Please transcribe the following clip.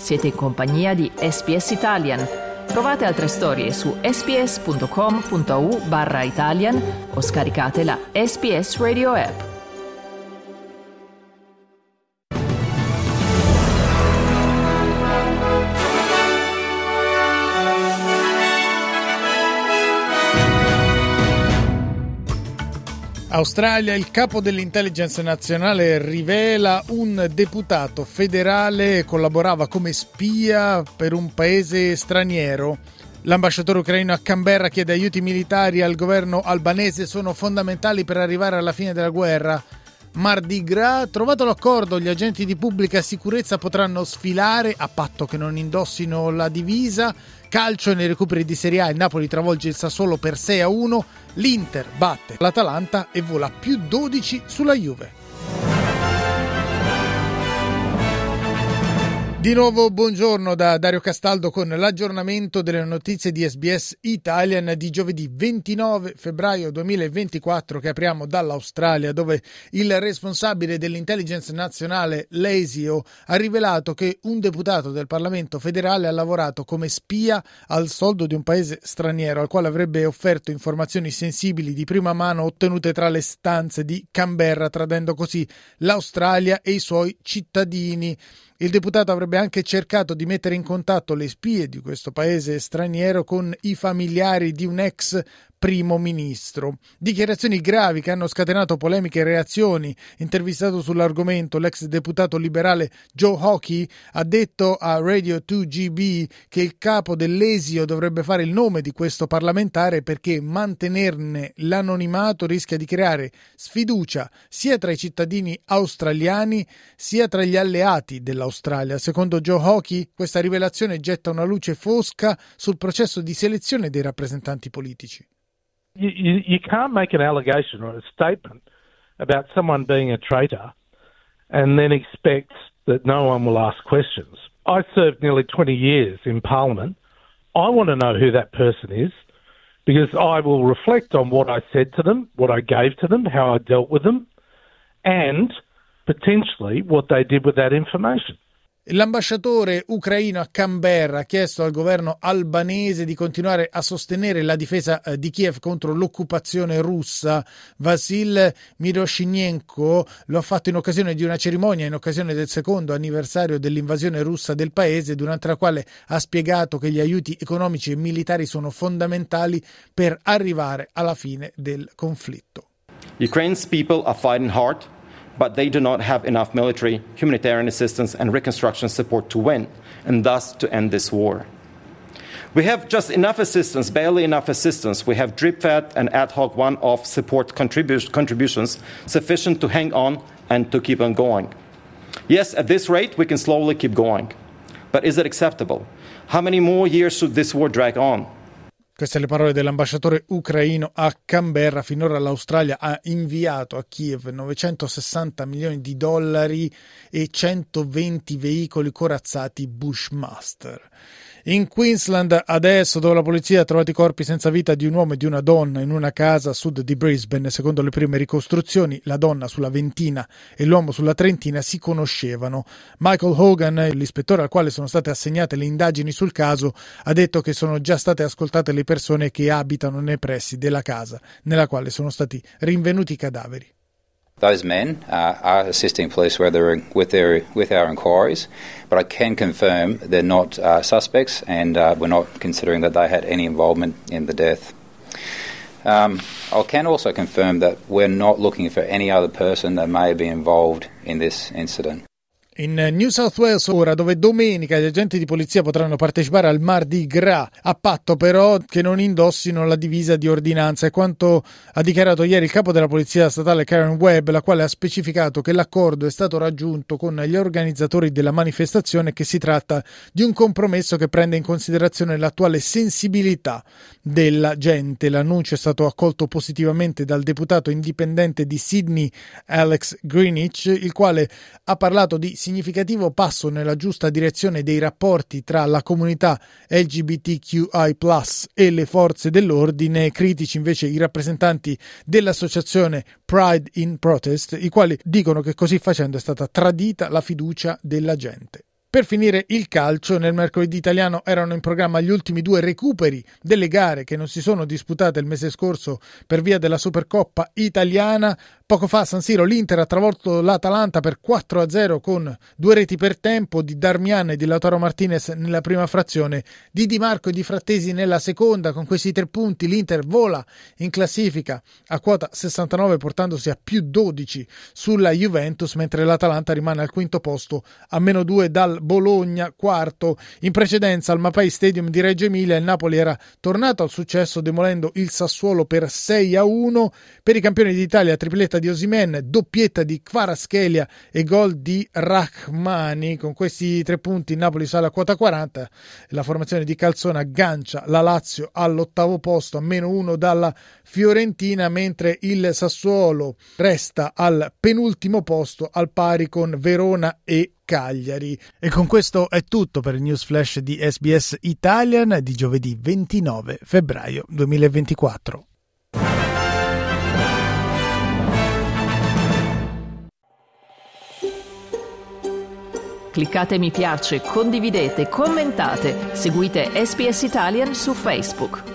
Siete in compagnia di SBS Italian. Trovate altre storie su sbs.com.au/Italian o scaricate la SBS Radio app. Australia, il capo dell'intelligence nazionale rivela un deputato federale collaborava come spia per un paese straniero. L'ambasciatore ucraino a Canberra chiede aiuti militari al governo albanese, sono fondamentali per arrivare alla fine della guerra. Mardi Gras, trovato l'accordo, gli agenti di pubblica sicurezza potranno sfilare a patto che non indossino la divisa. Calcio, nei recuperi di Serie A il Napoli travolge il Sassuolo per 6-1, l'Inter batte l'Atalanta e vola più 12 sulla Juve. Di nuovo buongiorno da Dario Castaldo con l'aggiornamento delle notizie di SBS Italian di giovedì 29 febbraio 2024 che apriamo dall'Australia, dove il responsabile dell'intelligence nazionale Laisio ha rivelato che un deputato del Parlamento federale ha lavorato come spia al soldo di un paese straniero al quale avrebbe offerto informazioni sensibili di prima mano ottenute tra le stanze di Canberra, tradendo così l'Australia e i suoi cittadini. Il deputato avrebbe anche cercato di mettere in contatto le spie di questo paese straniero con i familiari di un ex primo ministro. Dichiarazioni gravi che hanno scatenato polemiche e reazioni. Intervistato sull'argomento, l'ex deputato liberale Joe Hockey ha detto a Radio 2GB che il capo dell'Esio dovrebbe fare il nome di questo parlamentare perché mantenerne l'anonimato rischia di creare sfiducia sia tra i cittadini australiani sia tra gli alleati dell'Australia. Secondo Joe Hockey, questa rivelazione getta una luce fosca sul processo di selezione dei rappresentanti politici. You can't make an allegation or a statement about someone being a traitor and then expect that no one will ask questions. I served nearly 20 years in Parliament. I want to know who that person is because I will reflect on what I said to them, what I gave to them, how I dealt with them, and potentially what they did with that information. L'ambasciatore ucraino a Canberra ha chiesto al governo albanese di continuare a sostenere la difesa di Kiev contro l'occupazione russa. Vasil Miroshnichenko lo ha fatto in occasione di una cerimonia in occasione del secondo anniversario dell'invasione russa del paese, durante la quale ha spiegato che gli aiuti economici e militari sono fondamentali per arrivare alla fine del conflitto. Ukraine's people are fighting hard, but they do not have enough military, humanitarian assistance and reconstruction support to win, and thus to end this war. We have just enough assistance, barely enough assistance. We have drip-fed and ad hoc one-off support contributions sufficient to hang on and to keep on going. Yes, at this rate, we can slowly keep going. But is it acceptable? How many more years should this war drag on? Queste le parole dell'ambasciatore ucraino a Canberra. Finora l'Australia ha inviato a Kiev 960 milioni di dollari e 120 veicoli corazzati Bushmaster. In Queensland adesso, dove la polizia ha trovato i corpi senza vita di un uomo e di una donna in una casa a sud di Brisbane, secondo le prime ricostruzioni la donna sulla ventina e l'uomo sulla trentina si conoscevano. Michael Hogan, l'ispettore al quale sono state assegnate le indagini sul caso, ha detto che sono già state ascoltate le persone che abitano nei pressi della casa nella quale sono stati rinvenuti i cadaveri. Those men are assisting police with our inquiries, but I can confirm they're not suspects, and we're not considering that they had any involvement in the death. I can also confirm that we're not looking for any other person that may be involved in this incident. In New South Wales ora, dove domenica gli agenti di polizia potranno partecipare al Mardi Gras, a patto però che non indossino la divisa di ordinanza, è quanto ha dichiarato ieri il capo della polizia statale Karen Webb, la quale ha specificato che l'accordo è stato raggiunto con gli organizzatori della manifestazione e che si tratta di un compromesso che prende in considerazione l'attuale sensibilità della gente. L'annuncio è stato accolto positivamente dal deputato indipendente di Sydney Alex Greenwich, il quale ha parlato di significativo passo nella giusta direzione dei rapporti tra la comunità LGBTQI+ e le forze dell'ordine. Critici invece i rappresentanti dell'associazione Pride in Protest, i quali dicono che così facendo è stata tradita la fiducia della gente. Per finire il calcio, nel mercoledì italiano erano in programma gli ultimi 2 recuperi delle gare che non si sono disputate il mese scorso per via della Supercoppa italiana. Poco fa a San Siro l'Inter ha travolto l'Atalanta per 4-0 con 2 reti per tempo di Darmian e di Lautaro Martinez nella prima frazione, di Di Marco e di Frattesi nella seconda. Con questi 3 punti l'Inter vola in classifica a quota 69 portandosi a più 12 sulla Juventus, mentre l'Atalanta rimane al quinto posto a meno 2 dal Bologna, quarto. In precedenza al Mapei Stadium di Reggio Emilia il Napoli era tornato al successo demolendo il Sassuolo per 6-1. Per i campioni d'Italia tripletta di Osimhen, doppietta di Kvaratskhelia e gol di Rachmani. Con questi 3 punti il Napoli sale a quota 40. La formazione di Calzona aggancia la Lazio all'8° posto a meno 1 dalla Fiorentina, mentre il Sassuolo resta al penultimo posto al pari con Verona e Cagliari. E con questo è tutto per il News Flash di SBS Italian di giovedì 29 febbraio 2024. Cliccate mi piace, condividete, commentate, seguite SBS Italian su Facebook.